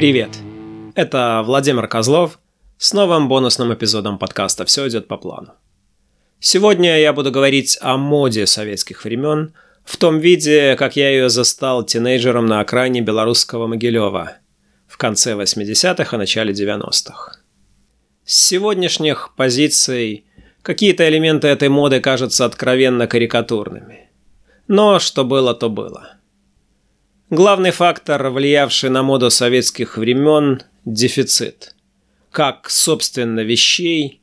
Привет! Это Владимир Козлов с новым бонусным эпизодом подкаста «Все идет по плану». Сегодня я буду говорить о моде советских времен в том виде, как я ее застал тинейджером на окраине белорусского Могилева в конце 80-х и начале 90-х. С сегодняшних позиций какие-то элементы этой моды кажутся откровенно карикатурными. Но что было, то было. Главный фактор, влиявший на моду советских времен – дефицит. Как, собственно, вещей,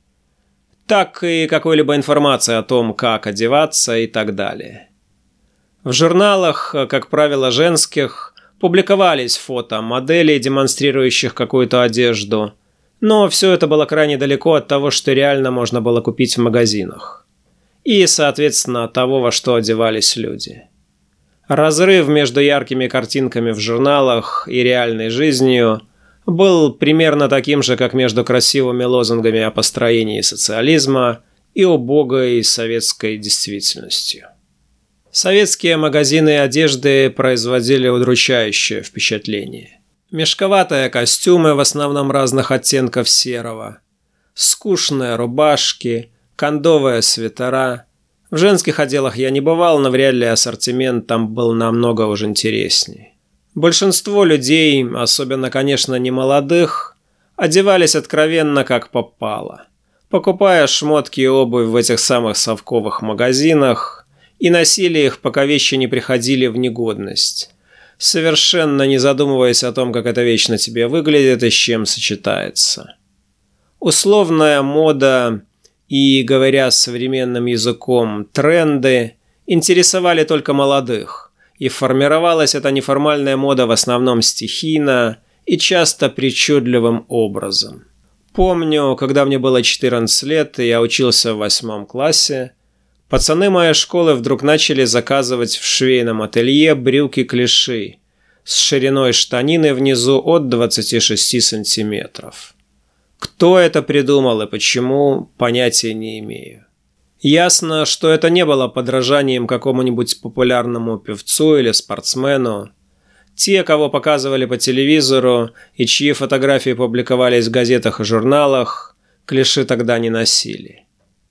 так и какой-либо информации о том, как одеваться и так далее. В журналах, как правило, женских, публиковались фото моделей, демонстрирующих какую-то одежду, но все это было крайне далеко от того, что реально можно было купить в магазинах. И, соответственно, от того, во что одевались люди. Разрыв между яркими картинками в журналах и реальной жизнью был примерно таким же, как между красивыми лозунгами о построении социализма и убогой советской действительностью. Советские магазины одежды производили удручающее впечатление. Мешковатые костюмы, в основном разных оттенков серого, скучные рубашки, кондовые свитера. В женских отделах я не бывал, но вряд ли ассортимент там был намного уж интереснее. Большинство людей, особенно, конечно, не молодых, одевались откровенно как попало, покупая шмотки и обувь в этих самых совковых магазинах и носили их, пока вещи не приходили в негодность, совершенно не задумываясь о том, как эта вещь на тебе выглядит и с чем сочетается. Условная мода и, говоря современным языком, тренды интересовали только молодых, и формировалась эта неформальная мода в основном стихийно и часто причудливым образом. Помню, когда мне было 14 лет, и я учился в 8 классе, пацаны моей школы вдруг начали заказывать в швейном ателье брюки-клиши с шириной штанины внизу от 26 сантиметров. Кто это придумал и почему, понятия не имею. Ясно, что это не было подражанием какому-нибудь популярному певцу или спортсмену. Те, кого показывали по телевизору и чьи фотографии публиковались в газетах и журналах, клиши тогда не носили.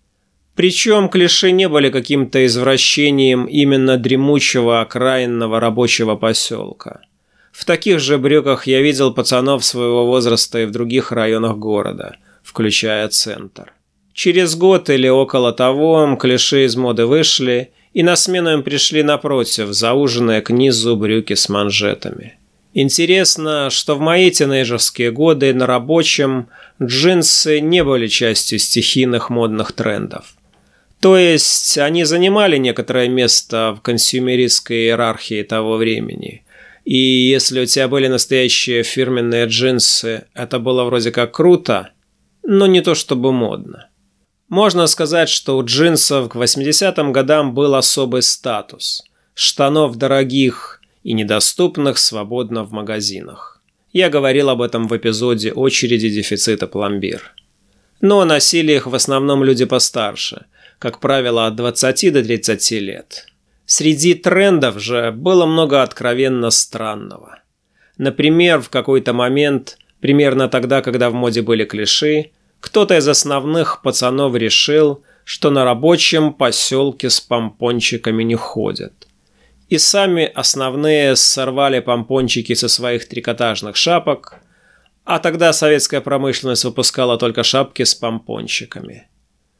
Причем клиши не были каким-то извращением именно дремучего окраинного рабочего поселка. В таких же брюках я видел пацанов своего возраста и в других районах города, включая центр. Через год или около того клиши из моды вышли, и на смену им пришли напротив, зауженные к низу брюки с манжетами. Интересно, что в мои тинейджерские годы на рабочем джинсы не были частью стихийных модных трендов. То есть они занимали некоторое место в консюмеристской иерархии того времени. И если у тебя были настоящие фирменные джинсы, это было вроде как круто, но не то чтобы модно. Можно сказать, что у джинсов к 80-м годам был особый статус. Штанов дорогих и недоступных свободно в магазинах. Я говорил об этом в эпизоде «Очереди дефицита пломбир». Но носили их в основном люди постарше, как правило, от 20 до 30 лет. Среди трендов же было много откровенно странного. Например, в какой-то момент, примерно тогда, когда в моде были клиши, кто-то из основных пацанов решил, что на рабочем поселке с помпончиками не ходят. И сами основные сорвали помпончики со своих трикотажных шапок, а тогда советская промышленность выпускала только шапки с помпончиками.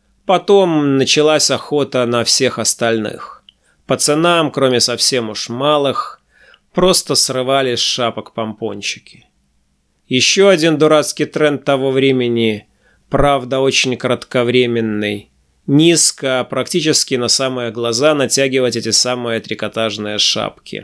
Потом началась охота на всех остальных. Пацанам, кроме совсем уж малых, просто срывали с шапок помпончики. Еще один дурацкий тренд того времени, правда очень кратковременный, низко, практически на самые глаза натягивать эти самые трикотажные шапки.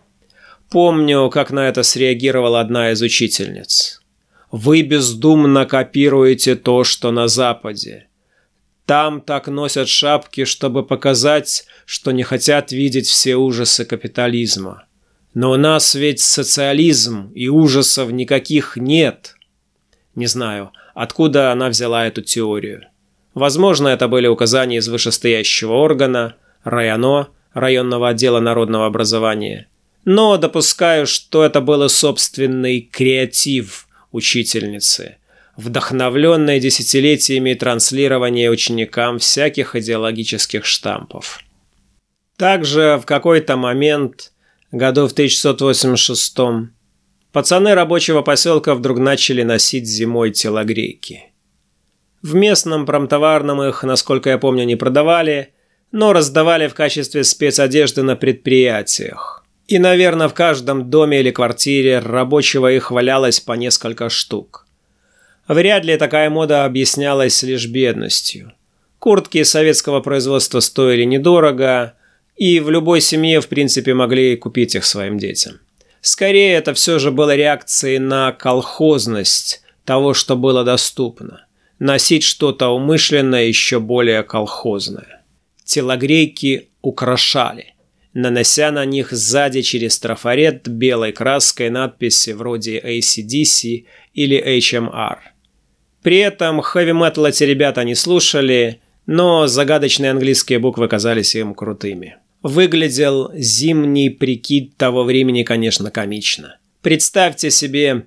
Помню, как на это среагировала одна из учительниц. «Вы бездумно копируете то, что на Западе. Там так носят шапки, чтобы показать, что не хотят видеть все ужасы капитализма. Но у нас ведь социализм, и ужасов никаких нет». Не знаю, откуда она взяла эту теорию. Возможно, это были указания из вышестоящего органа, районного отдела народного образования. Но допускаю, что это был собственный креатив учительницы, вдохновленный десятилетиями транслирования ученикам всяких идеологических штампов. Также в какой-то момент, году в 1686, пацаны рабочего поселка вдруг начали носить зимой телогрейки. В местном промтоварном их, насколько я помню, не продавали, но раздавали в качестве спецодежды на предприятиях. И, наверное, в каждом доме или квартире рабочего их валялось по несколько штук. Вряд ли такая мода объяснялась лишь бедностью. Куртки советского производства стоили недорого, и в любой семье, в принципе, могли купить их своим детям. Скорее, это все же было реакцией на колхозность того, что было доступно. Носить что-то умышленное еще более колхозное. Телогрейки украшали, нанося на них сзади через трафарет белой краской надписи вроде AC/DC или HMR. При этом хэви-метал эти ребята не слушали, но загадочные английские буквы казались им крутыми. Выглядел зимний прикид того времени, конечно, комично. Представьте себе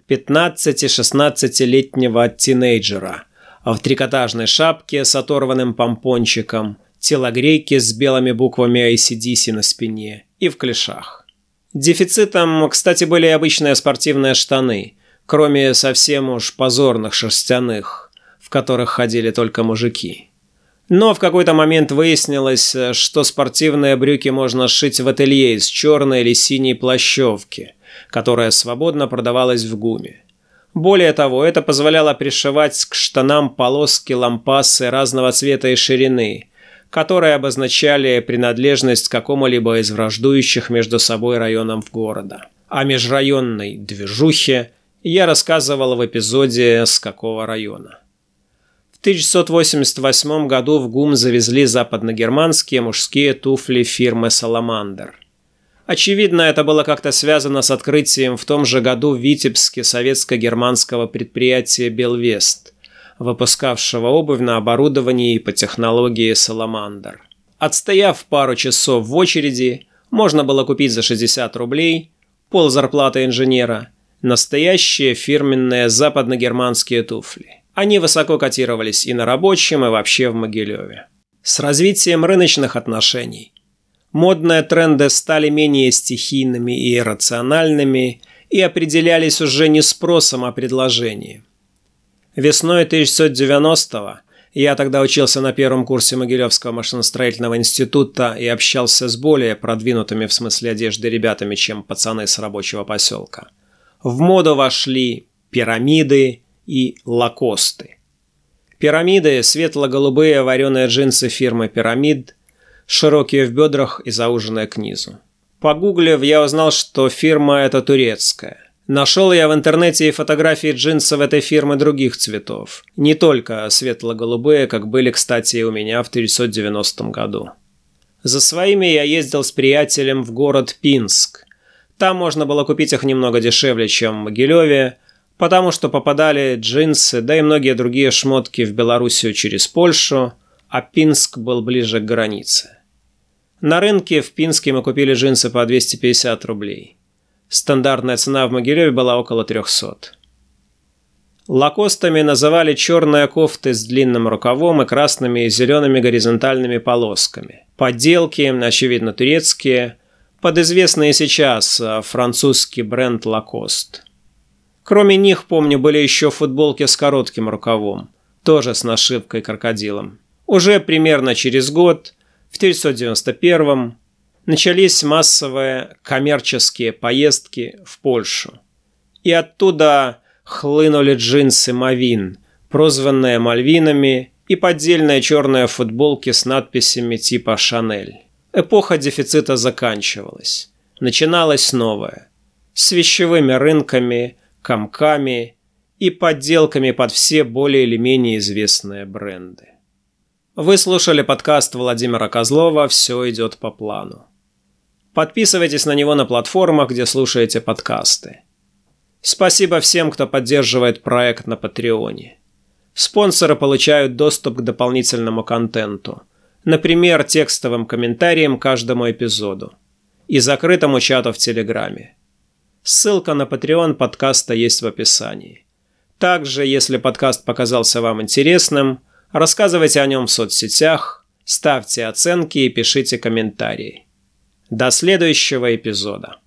15-16-летнего тинейджера в трикотажной шапке с оторванным помпончиком, телогрейки с белыми буквами AC/DC на спине и в клешах. Дефицитом, кстати, были обычные спортивные штаны, кроме совсем уж позорных шерстяных, в которых ходили только мужики. Но в какой-то момент выяснилось, что спортивные брюки можно сшить в ателье из черной или синей плащевки, которая свободно продавалась в ГУМе. Более того, это позволяло пришивать к штанам полоски лампасы разного цвета и ширины, которые обозначали принадлежность к какому-либо из враждующих между собой районов города. О межрайонной движухе я рассказывал в эпизоде «С какого района?». В 1988 году в ГУМ завезли западногерманские мужские туфли фирмы «Саламандр». Очевидно, это было как-то связано с открытием в том же году в Витебске советско-германского предприятия «Белвест», выпускавшего обувь на оборудовании и по технологии «Саламандр». Отстояв пару часов в очереди, можно было купить за 60 рублей, ползарплаты инженера, настоящие фирменные западногерманские туфли. Они высоко котировались и на рабочем, и вообще в Могилеве. С развитием рыночных отношений модные тренды стали менее стихийными и иррациональными и определялись уже не спросом, а предложением. Весной 1990-го я тогда учился на первом курсе Могилевского машиностроительного института и общался с более продвинутыми в смысле одежды ребятами, чем пацаны с рабочего поселка. В моду вошли пирамиды и лакосты. Пирамиды – светло-голубые вареные джинсы фирмы «Пирамид», широкие в бедрах и зауженные к низу. Погуглив, я узнал, что фирма эта турецкая. Нашел я в интернете и фотографии джинсов этой фирмы других цветов. Не только светло-голубые, как были, кстати, и у меня в 1990 году. За своими я ездил с приятелем в город Пинск. Там можно было купить их немного дешевле, чем в Могилеве, потому что попадали джинсы, да и многие другие шмотки в Белоруссию через Польшу, а Пинск был ближе к границе. На рынке в Пинске мы купили джинсы по 250 рублей. Стандартная цена в Могилеве была около 300. Лакостами называли черные кофты с длинным рукавом и красными и зелеными горизонтальными полосками. Подделки, очевидно турецкие, под известный сейчас французский бренд Lacoste. Кроме них, помню, были еще футболки с коротким рукавом, тоже с нашивкой крокодилом. Уже примерно через год, в 1991-м, начались массовые коммерческие поездки в Польшу. И оттуда хлынули джинсы Мовин, прозванные Мальвинами, и поддельные черные футболки с надписями типа «Шанель». Эпоха дефицита заканчивалась. Начиналась новая. С вещевыми рынками, комками и подделками под все более или менее известные бренды. Вы слушали подкаст Владимира Козлова «Все идет по плану». Подписывайтесь на него на платформах, где слушаете подкасты. Спасибо всем, кто поддерживает проект на Патреоне. Спонсоры получают доступ к дополнительному контенту, например, текстовым комментариям к каждому эпизоду. и закрытому чату в Телеграме. Ссылка на Patreon подкаста есть в описании. Также, если подкаст показался вам интересным, рассказывайте о нем в соцсетях, ставьте оценки и пишите комментарии. До следующего эпизода.